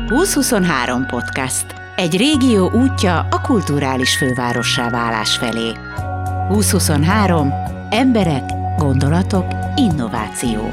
2023 podcast. Egy régió útja a kulturális fővárossá válás felé. 2023. Emberek, gondolatok, innováció.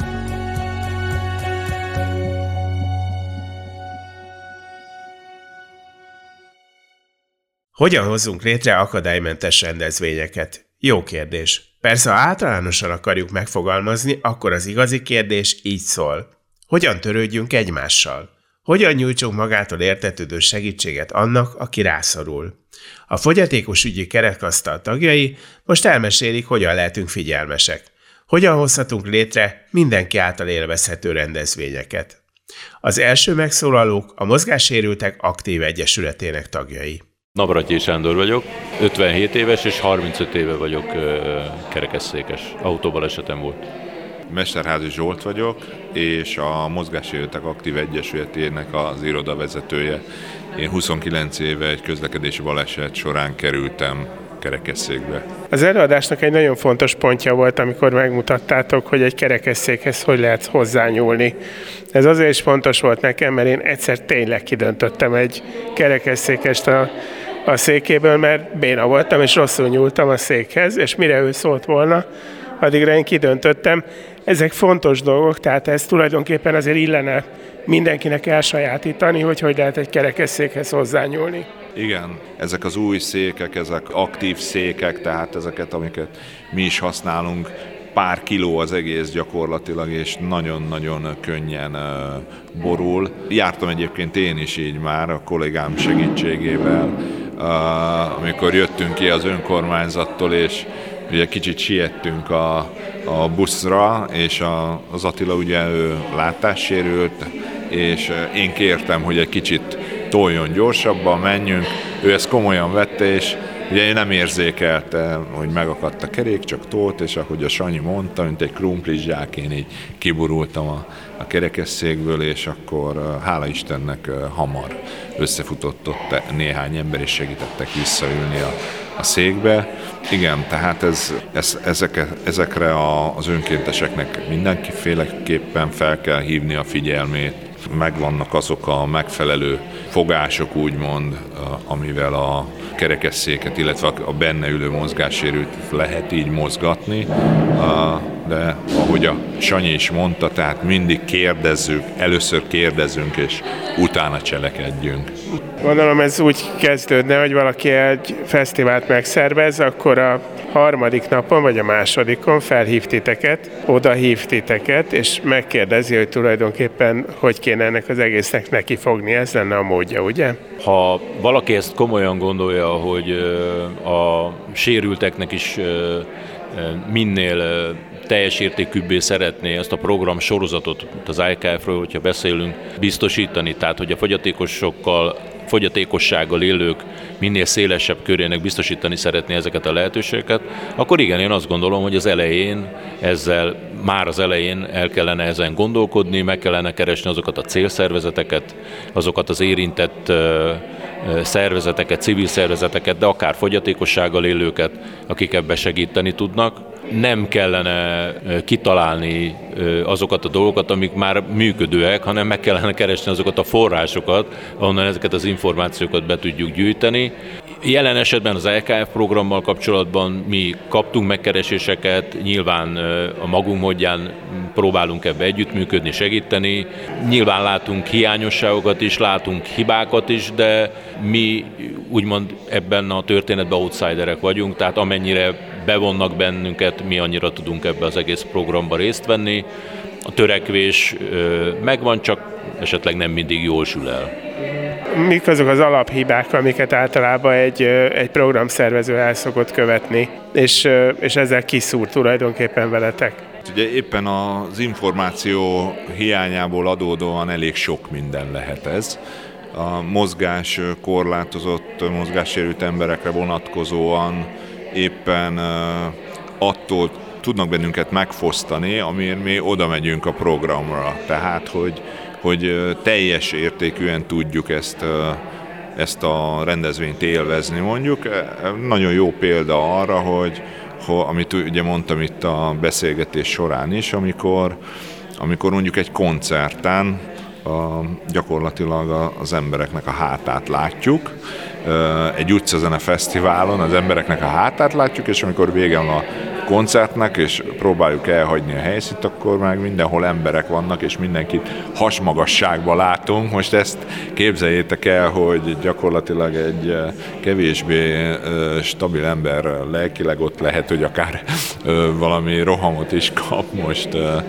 Hogyan hozzunk létre akadálymentes rendezvényeket? Jó kérdés. Persze, ha általánosan akarjuk megfogalmazni, akkor az igazi kérdés így szól. Hogyan törődjünk egymással? Hogyan nyújtsunk magától értetődő segítséget annak, aki rászorul? A fogyatékosügyi kerekasztal tagjai most elmesélik, hogyan lehetünk figyelmesek. Hogyan hozhatunk létre mindenki által élvezhető rendezvényeket. Az első megszólalók a Mozgássérültek Aktív Egyesületének tagjai. Navratyi Sándor vagyok, 57 éves és 35 éve vagyok kerekesszékes. Autóbalesetem volt. Mesterházi Zsolt vagyok, és a Mozgássérültek Aktív Egyesületének az irodavezetője. Én 29 éve egy közlekedési baleset során kerültem kerekesszékbe. Az előadásnak egy nagyon fontos pontja volt, amikor megmutattátok, hogy egy kerekesszékhez hogy lehet hozzányúlni. Ez azért is fontos volt nekem, mert én egyszer tényleg kidöntöttem egy kerekesszékest a székéből, mert béna voltam, és rosszul nyúltam a székhez, és mire ő szólt volna, addigra én kidöntöttem. Ezek fontos dolgok, tehát ez tulajdonképpen azért illene mindenkinek elsajátítani, hogy lehet egy kerekesszékhez hozzányúlni. Igen, ezek az új székek, ezek aktív székek, tehát ezeket, amiket mi is használunk, pár kiló az egész gyakorlatilag, és nagyon-nagyon könnyen borul. Jártam egyébként én is így már a kollégám segítségével, amikor jöttünk ki az önkormányzattól, és ugye kicsit siettünk a buszra, és az Attila ugye ő látássérült, és én kértem, hogy egy kicsit toljon gyorsabban, menjünk. Ő ezt komolyan vette, és ugye én nem érzékelte, hogy megakadt a kerék, csak tolt, és ahogy a Sanyi mondta, mint egy krumplis zsák, én így kiburultam a kerekesszékből, és akkor hála Istennek hamar összefutott ott néhány ember, és segítettek visszaülni a székbe. Igen, tehát ezekre az önkénteseknek mindenféleképpen fel kell hívni a figyelmét. Megvannak azok a megfelelő fogások, úgymond, amivel a kerekesszéket, illetve a benne ülő mozgássérült lehet így mozgatni, de ahogy a Sanyi is mondta, tehát mindig kérdezzük, először kérdezzünk, és utána cselekedjünk. Gondolom ez úgy kezdődne, hogy valaki egy fesztivált megszervez, akkor a harmadik napon vagy a másodikon felhív titeket, odahív titeket, és megkérdezi, hogy tulajdonképpen hogy kéne ennek az egésznek nekifogni, ez lenne a módja, ugye? Ha valaki ezt komolyan gondolja, hogy a sérülteknek is minél teljes értékűbbé szeretné ezt a program sorozatot, az IKF-ről, hogyha beszélünk, biztosítani, tehát hogy a fogyatékossággal élők minél szélesebb körének biztosítani szeretné ezeket a lehetőségeket, akkor igen, én azt gondolom, hogy már az elején el kellene ezen gondolkodni, meg kellene keresni azokat a célszervezeteket, azokat az érintett szervezeteket, civil szervezeteket, de akár fogyatékossággal élőket, akik ebbe segíteni tudnak. Nem kellene kitalálni azokat a dolgokat, amik már működőek, hanem meg kellene keresni azokat a forrásokat, ahonnan ezeket az információkat be tudjuk gyűjteni. Jelen esetben az LKF programmal kapcsolatban mi kaptunk megkereséseket, nyilván a magunk módján próbálunk ebbe együttműködni, segíteni. Nyilván látunk hiányosságokat is, látunk hibákat is, de mi úgymond ebben a történetben outsiderek vagyunk, tehát amennyire bevonnak bennünket, mi annyira tudunk ebbe az egész programba részt venni. A törekvés megvan, csak esetleg nem mindig jól sül el. Mik azok az alaphibák, amiket általában egy programszervező el szokott követni, és ezzel kiszúr tulajdonképpen veletek? Ugye éppen az információ hiányából adódóan elég sok minden lehet ez. A mozgáskorlátozott, mozgássérült emberekre vonatkozóan éppen attól tudnak bennünket megfosztani, amiért mi oda megyünk a programra. Tehát, hogy teljes értékűen tudjuk ezt a rendezvényt élvezni. Mondjuk nagyon jó példa arra, hogy amit ugye mondtam itt a beszélgetés során is, amikor mondjuk egy koncerten gyakorlatilag az embereknek a hátát látjuk. Egy utcazene fesztiválon az embereknek a hátát látjuk, és amikor vége van a koncertnek, és próbáljuk elhagyni a helyszínt, akkor meg mindenhol emberek vannak, és mindenkit hasmagasságban látunk. Most ezt képzeljétek el, hogy gyakorlatilag egy kevésbé stabil ember lelkileg ott lehet, hogy akár valami rohamot is kap. Most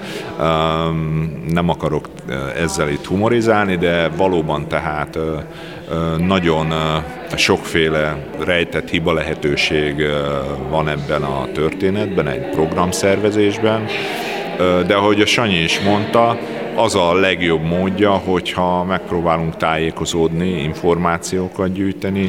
nem akarok ezzel itt humorizálni, de valóban tehát nagyon sokféle rejtett hiba lehetőség van ebben a történetben, egy programszervezésben, de ahogy a Sanyi is mondta, az a legjobb módja, hogyha megpróbálunk tájékozódni, információkat gyűjteni,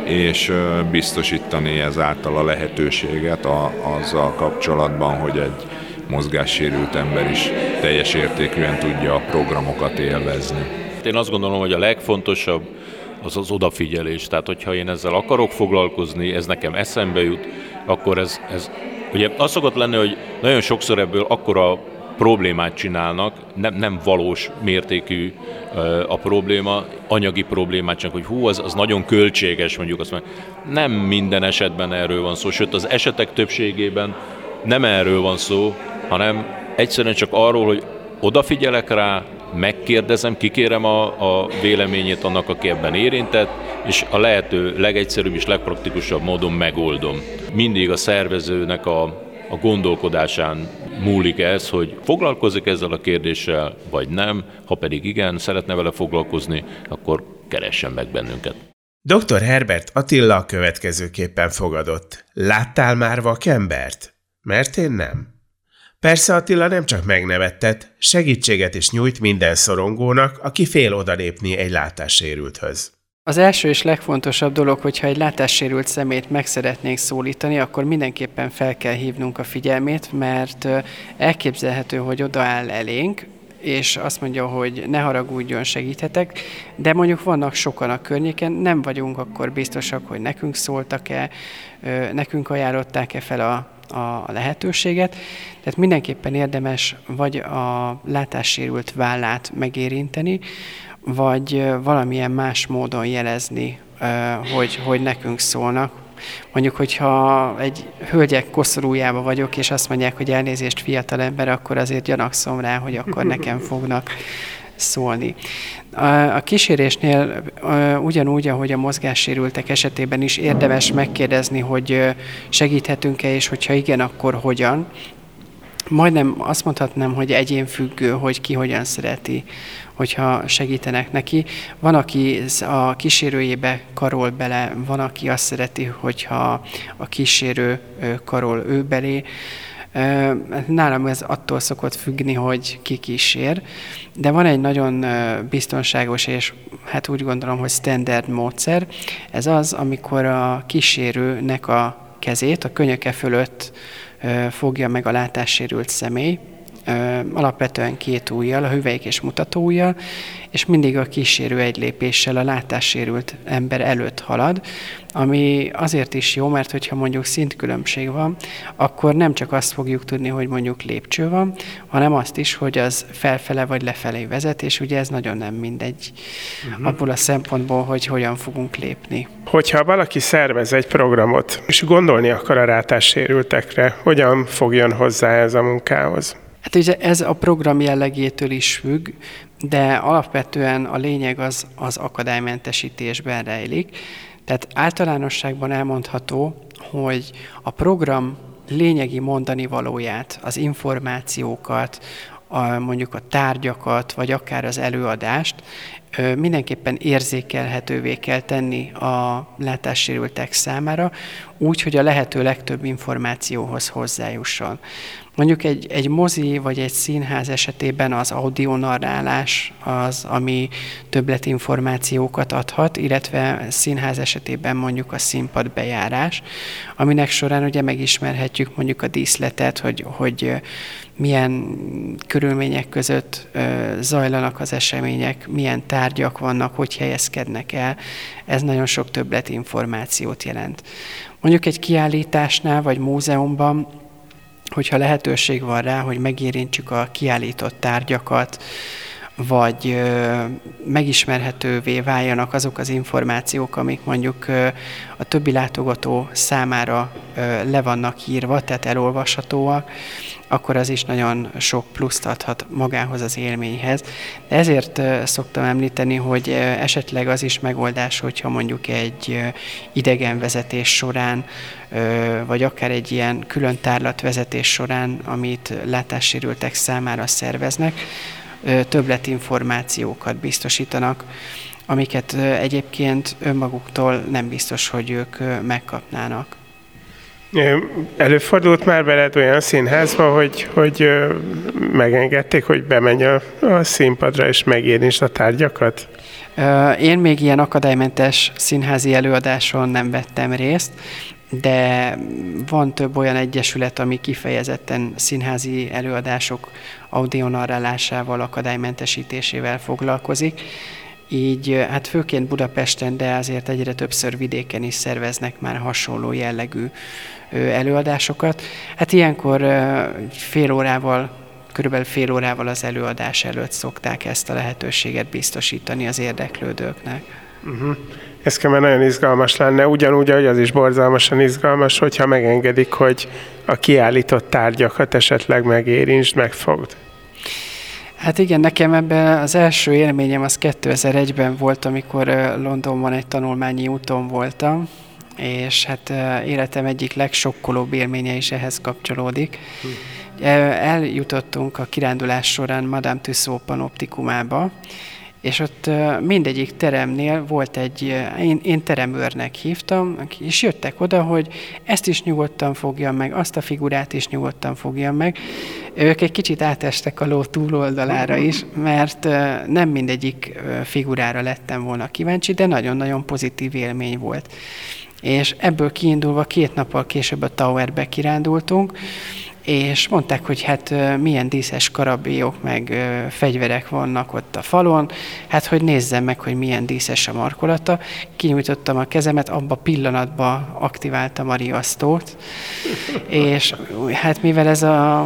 és biztosítani ezáltal a lehetőséget azzal kapcsolatban, hogy egy mozgássérült ember is teljes értékűen tudja a programokat élvezni. Én azt gondolom, hogy a legfontosabb az odafigyelés. Tehát, hogyha én ezzel akarok foglalkozni, ez nekem eszembe jut, akkor ez ugye az szokott lenni, hogy nagyon sokszor ebből akkora problémát csinálnak, nem valós mértékű a probléma, anyagi problémát csak, hogy az nagyon költséges, mondjuk azt mondani. Nem minden esetben erről van szó, sőt az esetek többségében nem erről van szó, hanem egyszerűen csak arról, hogy odafigyelek rá, megkérdezem, kikérem a véleményét annak, aki ebben érintett, és a lehető legegyszerűbb és legpraktikusabb módon megoldom. Mindig a szervezőnek a gondolkodásán múlik ez, hogy foglalkozik ezzel a kérdéssel, vagy nem, ha pedig igen, szeretne vele foglalkozni, akkor keressen meg bennünket. Dr. Herbert Attila a következőképpen fogadott. Láttál már vakembert? Mert én nem. Persze Attila nem csak megnevettet, segítséget is nyújt minden szorongónak, aki fél odalépni egy látássérülthöz. Az első és legfontosabb dolog, hogyha egy látássérült személyt meg szeretnénk szólítani, akkor mindenképpen fel kell hívnunk a figyelmét, mert elképzelhető, hogy odaáll elénk, és azt mondja, hogy ne haragudjon, segíthetek, de mondjuk vannak sokan a környéken, nem vagyunk akkor biztosak, hogy nekünk szóltak-e, nekünk ajánlották-e fel a lehetőséget. Tehát mindenképpen érdemes vagy a látássérült vállát megérinteni, vagy valamilyen más módon jelezni, hogy nekünk szólnak. Mondjuk, hogyha egy hölgyek koszorújába vagyok, és azt mondják, hogy elnézést fiatalember, akkor azért gyanakszom rá, hogy akkor nekem fognak szólni. A kísérésnél ugyanúgy, ahogy a mozgássérültek esetében is érdemes megkérdezni, hogy segíthetünk-e, és hogyha igen, akkor hogyan. Majdnem azt mondhatnám, hogy egyénfüggő, hogy ki hogyan szereti, hogyha segítenek neki. Van, aki a kísérőjébe karol bele, van, aki azt szereti, hogyha a kísérő karol ő belé. Nálam ez attól szokott függni, hogy ki kísér, de van egy nagyon biztonságos és hát úgy gondolom, hogy standard módszer. Ez az, amikor a kísérőnek a kezét a könyöke fölött fogja meg a látássérült személy, alapvetően 2 ujjal, a hüvelyk és mutatóujjal, és mindig a kísérő egy lépéssel a látássérült ember előtt halad, ami azért is jó, mert hogyha mondjuk szintkülönbség van, akkor nem csak azt fogjuk tudni, hogy mondjuk lépcső van, hanem azt is, hogy az felfele vagy lefelé vezet, és ugye ez nagyon nem mindegy abból a szempontból, hogy hogyan fogunk lépni. Hogyha valaki szervez egy programot, és gondolni akar a látássérültekre, hogyan fogjon hozzá ez a munkához? Hát ugye ez a program jellegétől is függ, de alapvetően a lényeg az akadálymentesítésben rejlik. Tehát általánosságban elmondható, hogy a program lényegi mondani valóját, az információkat, mondjuk a tárgyakat, vagy akár az előadást mindenképpen érzékelhetővé kell tenni a látássérültek számára, úgy, hogy a lehető legtöbb információhoz hozzájusson. Mondjuk egy mozi vagy egy színház esetében az audionarrálás az, ami többletinformációkat adhat, illetve színház esetében mondjuk a színpadbejárás, aminek során ugye megismerhetjük mondjuk a díszletet, hogy milyen körülmények között zajlanak az események, milyen tárgyak vannak, hogy helyezkednek el. Ez nagyon sok többletinformációt jelent. Mondjuk egy kiállításnál vagy múzeumban, hogyha lehetőség van rá, hogy megérintsük a kiállított tárgyakat, vagy megismerhetővé váljanak azok az információk, amik mondjuk a többi látogató számára le vannak írva, tehát elolvashatóak, akkor az is nagyon sok pluszt adhat magához az élményhez. De ezért szoktam említeni, hogy esetleg az is megoldás, hogyha mondjuk egy idegenvezetés során, vagy akár egy ilyen külön tárlatvezetés során, amit látássérültek számára szerveznek, többletinformációkat biztosítanak, amiket egyébként önmaguktól nem biztos, hogy ők megkapnának. Előfordult már veled olyan színházba, hogy megengedték, hogy bemenj a színpadra és megérintsd a tárgyakat? Én még ilyen akadálymentes színházi előadáson nem vettem részt, de van több olyan egyesület, ami kifejezetten színházi előadások audionarrálásával, akadálymentesítésével foglalkozik. Így hát főként Budapesten, de azért egyre többször vidéken is szerveznek már hasonló jellegű előadásokat. Hát ilyenkor körülbelül fél órával az előadás előtt szokták ezt a lehetőséget biztosítani az érdeklődőknek. Ez kell már nagyon izgalmas lenne, ugyanúgy, ahogy az is borzalmasan izgalmas, hogyha megengedik, hogy a kiállított tárgyakat esetleg megérintsd, megfogd. Hát igen, nekem ebben az első élményem az 2001-ben volt, amikor Londonban egy tanulmányi úton voltam, és hát életem egyik legsokkolóbb élménye is ehhez kapcsolódik. Eljutottunk a kirándulás során Madame Tussauds panoptikumába, és ott mindegyik teremnél volt én teremőrnek hívtam, és jöttek oda, hogy ezt is nyugodtan fogjam meg, azt a figurát is nyugodtan fogjam meg. Ők egy kicsit átestek a ló túloldalára is, mert nem mindegyik figurára lettem volna kíváncsi, de nagyon-nagyon pozitív élmény volt. És ebből kiindulva 2 nappal később a Towerbe kirándultunk, és mondták, hogy hát milyen díszes karabélyok, meg fegyverek vannak ott a falon, hát hogy nézzem meg, hogy milyen díszes a markolata. Kinyújtottam a kezemet, abba pillanatban aktiváltam a riasztót, és hát mivel ez a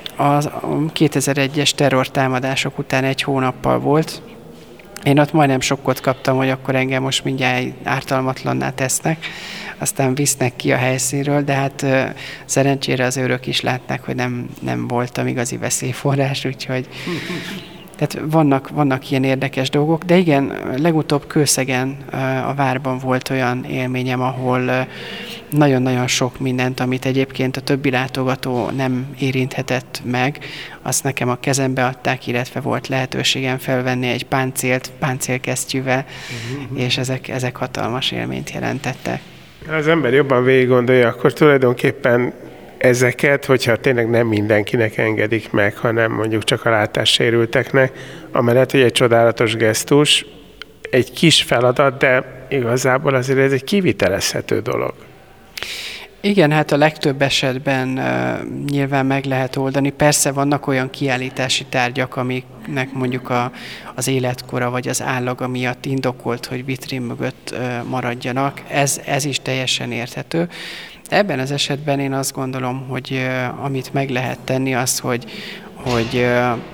2001-es terrortámadások után 1 hónappal volt, én ott majdnem sokkot kaptam, hogy akkor engem most mindjárt ártalmatlanná tesznek, aztán visznek ki a helyszínről, de hát szerencsére az őrök is látták, hogy nem voltam igazi veszélyforrás, úgyhogy tehát vannak ilyen érdekes dolgok, de igen, legutóbb Kőszegen a várban volt olyan élményem, ahol nagyon-nagyon sok mindent, amit egyébként a többi látogató nem érinthetett meg, azt nekem a kezembe adták, illetve volt lehetőségem felvenni egy páncélkesztyűvel, és ezek hatalmas élményt jelentettek. Ha az ember jobban végig gondolja, akkor tulajdonképpen ezeket, hogyha tényleg nem mindenkinek engedik meg, hanem mondjuk csak a látássérülteknek, amellett, hogy egy csodálatos gesztus, egy kis feladat, de igazából azért ez egy kivitelezhető dolog. Igen, hát a legtöbb esetben nyilván meg lehet oldani. Persze vannak olyan kiállítási tárgyak, amiknek mondjuk az életkora vagy az állaga miatt indokolt, hogy vitrín mögött maradjanak. Ez is teljesen érthető. Ebben az esetben én azt gondolom, hogy amit meg lehet tenni az, hogy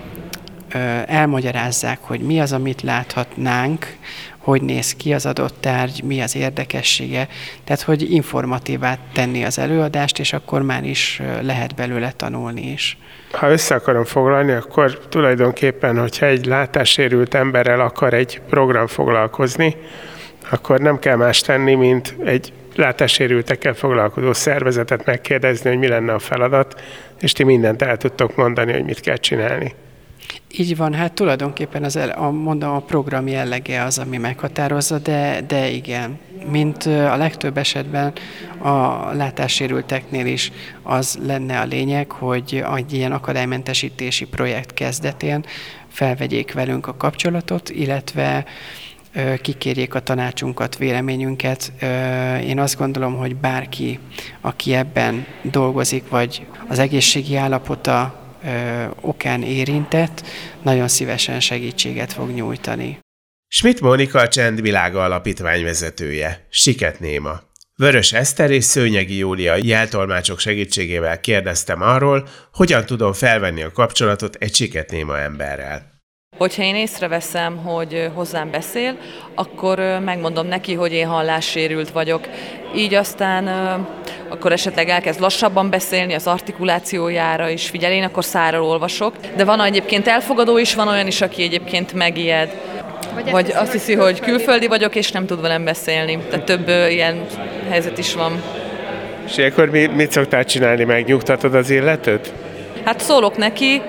elmagyarázzák, hogy mi az, amit láthatnánk, hogy néz ki az adott tárgy, mi az érdekessége, tehát hogy informatívá tenni az előadást, és akkor már is lehet belőle tanulni is. Ha össze akarom foglalni, akkor tulajdonképpen, hogyha egy látássérült emberrel akar egy program foglalkozni, akkor nem kell más tenni, mint egy látássérültekkel foglalkozó szervezetet megkérdezni, hogy mi lenne a feladat, és ti mindent el tudtok mondani, hogy mit kell csinálni. Így van, hát tulajdonképpen a program jellege az, ami meghatározza, de igen, mint a legtöbb esetben a látássérülteknél is az lenne a lényeg, hogy egy ilyen akadálymentesítési projekt kezdetén felvegyék velünk a kapcsolatot, illetve kikérjék a tanácsunkat, véleményünket. Én azt gondolom, hogy bárki, aki ebben dolgozik, vagy az egészségi állapota okán érintett, nagyon szívesen segítséget fog nyújtani. Schmidt Mónika a Csendvilága Alapítvány vezetője, Siketnéma. Vörös Eszter és Szőnyegi Júlia jeltolmácsok segítségével kérdeztem arról, hogyan tudom felvenni a kapcsolatot egy siketnéma emberrel. Hogyha én észreveszem, hogy hozzám beszél, akkor megmondom neki, hogy én hallássérült vagyok. Így aztán akkor esetleg elkezd lassabban beszélni, az artikulációjára is figyel, én akkor szájról olvasok. De van egyébként elfogadó is, van olyan is, aki egyébként megijed. Vagy azt hiszi, hogy külföldi vagyok, és nem tud velem beszélni. Tehát több ilyen helyzet is van. És akkor mit szoktál csinálni? Megnyugtatod az illetőt? Hát szólok neki,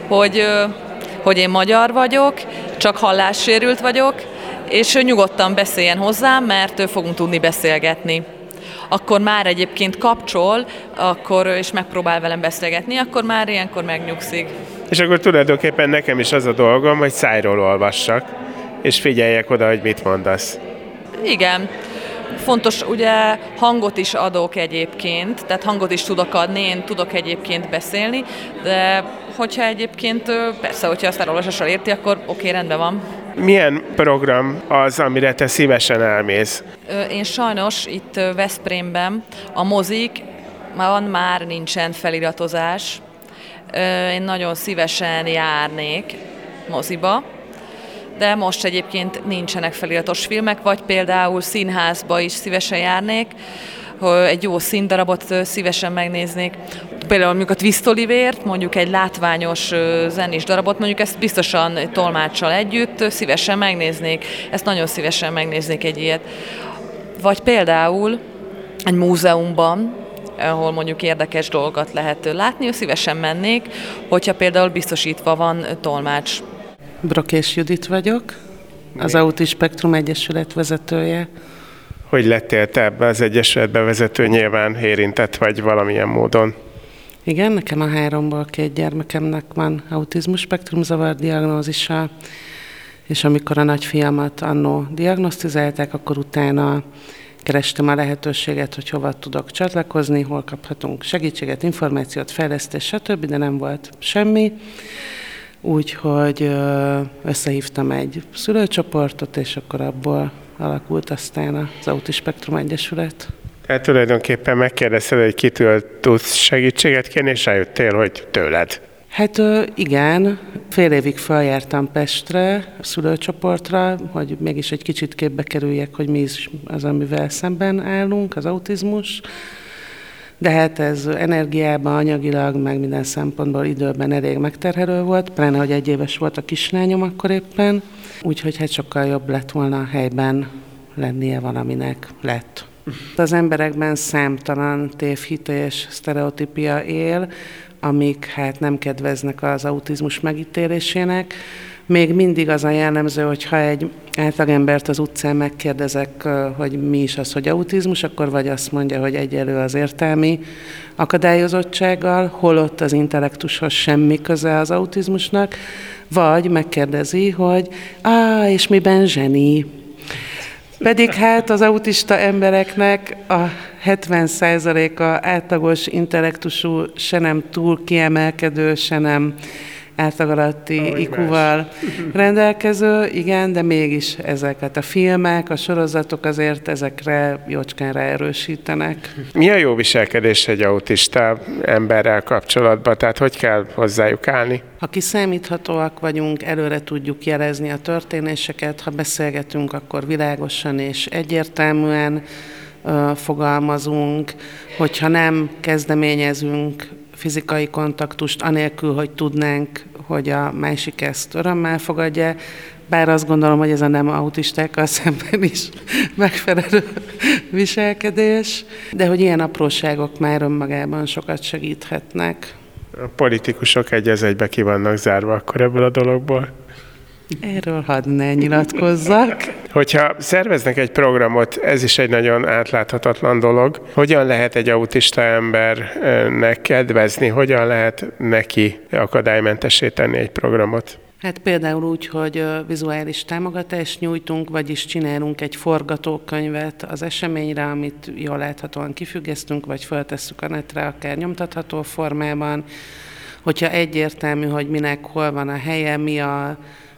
hogy én magyar vagyok, csak hallássérült vagyok, és nyugodtan beszéljen hozzám, mert fogunk tudni beszélgetni. Akkor már egyébként kapcsol, és megpróbál velem beszélgetni, akkor már ilyenkor megnyugszik. És akkor tulajdonképpen nekem is az a dolgom, hogy szájról olvassak, és figyeljek oda, hogy mit mondasz. Igen. Fontos, ugye hangot is adok egyébként, tehát hangot is tudok adni, én tudok egyébként beszélni, de hogyha egyébként, persze, hogyha azt elolvasással érti, akkor oké, rendben van. Milyen program az, amire te szívesen elmész? Én sajnos itt Veszprémben a mozik, már nincsen feliratozás. Én nagyon szívesen járnék moziba, de most egyébként nincsenek feliratos filmek, vagy például színházba is szívesen járnék, egy jó színdarabot szívesen megnéznék. Például mondjuk a Twist Olivért, mondjuk egy látványos zenés darabot, mondjuk ezt biztosan tolmáccsal együtt szívesen megnéznék. Ezt nagyon szívesen megnéznék egy ilyet. Vagy például egy múzeumban, ahol mondjuk érdekes dolgokat lehet látni, szívesen mennék, hogyha például biztosítva van tolmács. Brokés Judit vagyok, az Autispektrum Egyesület vezetője. Hogy lettél te ebbe az egyesületbe vezető, nyilván érintett vagy valamilyen módon? Igen, nekem a 3-ból 2 gyermekemnek van autizmus spektrumzavar diagnózisa, és amikor a nagyfiamat annó diagnosztizálták, akkor utána kerestem a lehetőséget, hogy hova tudok csatlakozni, hol kaphatunk segítséget, információt, fejlesztést, stb., de nem volt semmi. Úgyhogy összehívtam egy szülőcsoportot, és akkor abból alakult aztán az Autispektrum Egyesület. Tehát tulajdonképpen megkérdezted, hogy kitől tudsz segítséget kérni, és rájöttél, hogy tőled. Hát igen, fél évig feljártam Pestre, a szülőcsoportra, hogy mégis egy kicsit képbe kerüljek, hogy mi is az, amivel szemben állunk, az autizmus. De hát ez energiában, anyagilag, meg minden szempontból időben elég megterhelő volt, pláne, hogy 1 éves volt a kislányom akkor éppen, úgyhogy hát sokkal jobb lett volna a helyben lennie valaminek lett. Az emberekben számtalan tévhit és sztereotípia él, amik hát nem kedveznek az autizmus megítélésének. Még mindig az a jellemző, hogy ha egy átlagembert az utcán megkérdezek, hogy mi is az, hogy autizmus, akkor vagy azt mondja, hogy egyelő az értelmi akadályozottsággal, holott az intellektushoz semmi köze az autizmusnak, vagy megkérdezi, hogy és miben zseni? Pedig hát az autista embereknek a 70%-a átlagos intellektusú, se nem túl kiemelkedő, se nem átlag alatti IQ-val rendelkező, igen, de mégis ezeket a filmek, a sorozatok azért ezekre jócskán ráerősítenek. Mi a jó viselkedés egy autista emberrel kapcsolatban? Tehát hogy kell hozzájuk állni? Ha kiszámíthatóak vagyunk, előre tudjuk jelezni a történéseket, ha beszélgetünk, akkor világosan és egyértelműen fogalmazunk, hogyha nem kezdeményezünk fizikai kontaktust, anélkül, hogy tudnánk, hogy a másik ezt örömmel fogadja, bár azt gondolom, hogy ez a nem autistákkal szemben is megfelelő viselkedés, de hogy ilyen apróságok már önmagában sokat segíthetnek. A politikusok egy az egybe ki vannak zárva akkor ebből a dologból. Erről hadd ne nyilatkozzak. Hogyha szerveznek egy programot, ez is egy nagyon átláthatatlan dolog. Hogyan lehet egy autista embernek kedvezni? Hogyan lehet neki akadálymentessé tenni egy programot? Hát például úgy, hogy vizuális támogatást nyújtunk, vagyis csinálunk egy forgatókönyvet az eseményre, amit jól láthatóan kifüggesztünk, vagy feltesszük a netre, akár nyomtatható formában. Hogyha egyértelmű, hogy minek hol van a helye, mi a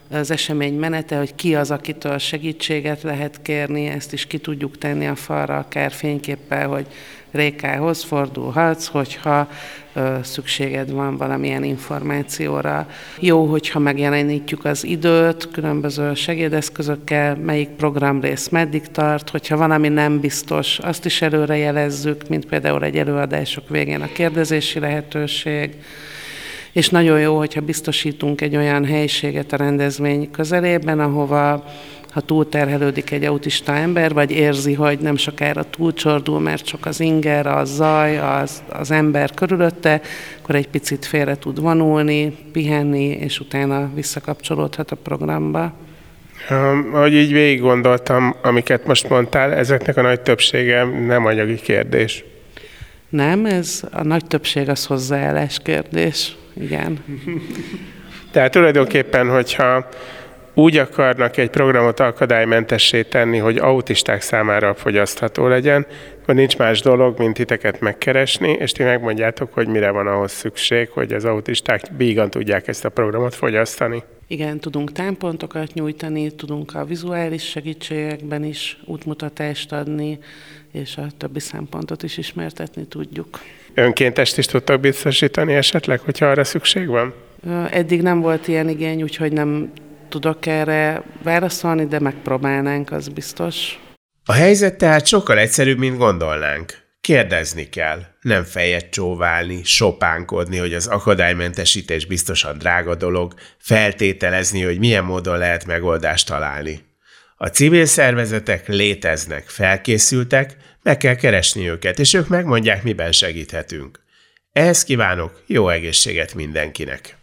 az esemény menete, hogy ki az, akitől segítséget lehet kérni, ezt is ki tudjuk tenni a falra, akár fényképpel, hogy Rékához fordulhatsz, hogyha szükséged van valamilyen információra. Jó, hogyha megjelenítjük az időt különböző segédeszközökkel, melyik programrész meddig tart, hogyha valami nem biztos, azt is előre jelezzük, mint például egy előadások végén a kérdezési lehetőség. És nagyon jó, hogyha biztosítunk egy olyan helyiséget a rendezvény közelében, ahova ha túlterhelődik egy autista ember, vagy érzi, hogy nem sokára túlcsordul, mert csak az inger, a zaj, az ember körülötte, akkor egy picit félre tud vonulni, pihenni, és utána visszakapcsolódhat a programba. Ahogy így végig gondoltam, amiket most mondtál, ezeknek a nagy többsége nem anyagi kérdés. Nem, ez a nagy többség az hozzáállás kérdés, igen. Tehát tulajdonképpen, hogyha úgy akarnak egy programot akadálymentessé tenni, hogy autisták számára fogyasztható legyen, akkor nincs más dolog, mint titeket megkeresni, és ti megmondjátok, hogy mire van ahhoz szükség, hogy az autisták vígan tudják ezt a programot fogyasztani. Igen, tudunk támpontokat nyújtani, tudunk a vizuális segítségekben is útmutatást adni, és a többi szempontot is ismertetni tudjuk. Önkéntest is tudtak biztosítani esetleg, hogyha arra szükség van? Eddig nem volt ilyen igény, úgyhogy nem tudok erre válaszolni, de megpróbálnánk, az biztos. A helyzet tehát sokkal egyszerűbb, mint gondolnánk. Kérdezni kell, nem fejet csóválni, sopánkodni, hogy az akadálymentesítés biztosan drága dolog, feltételezni, hogy milyen módon lehet megoldást találni. A civil szervezetek léteznek, felkészültek, meg kell keresni őket, és ők megmondják, miben segíthetünk. Ehhez kívánok jó egészséget mindenkinek!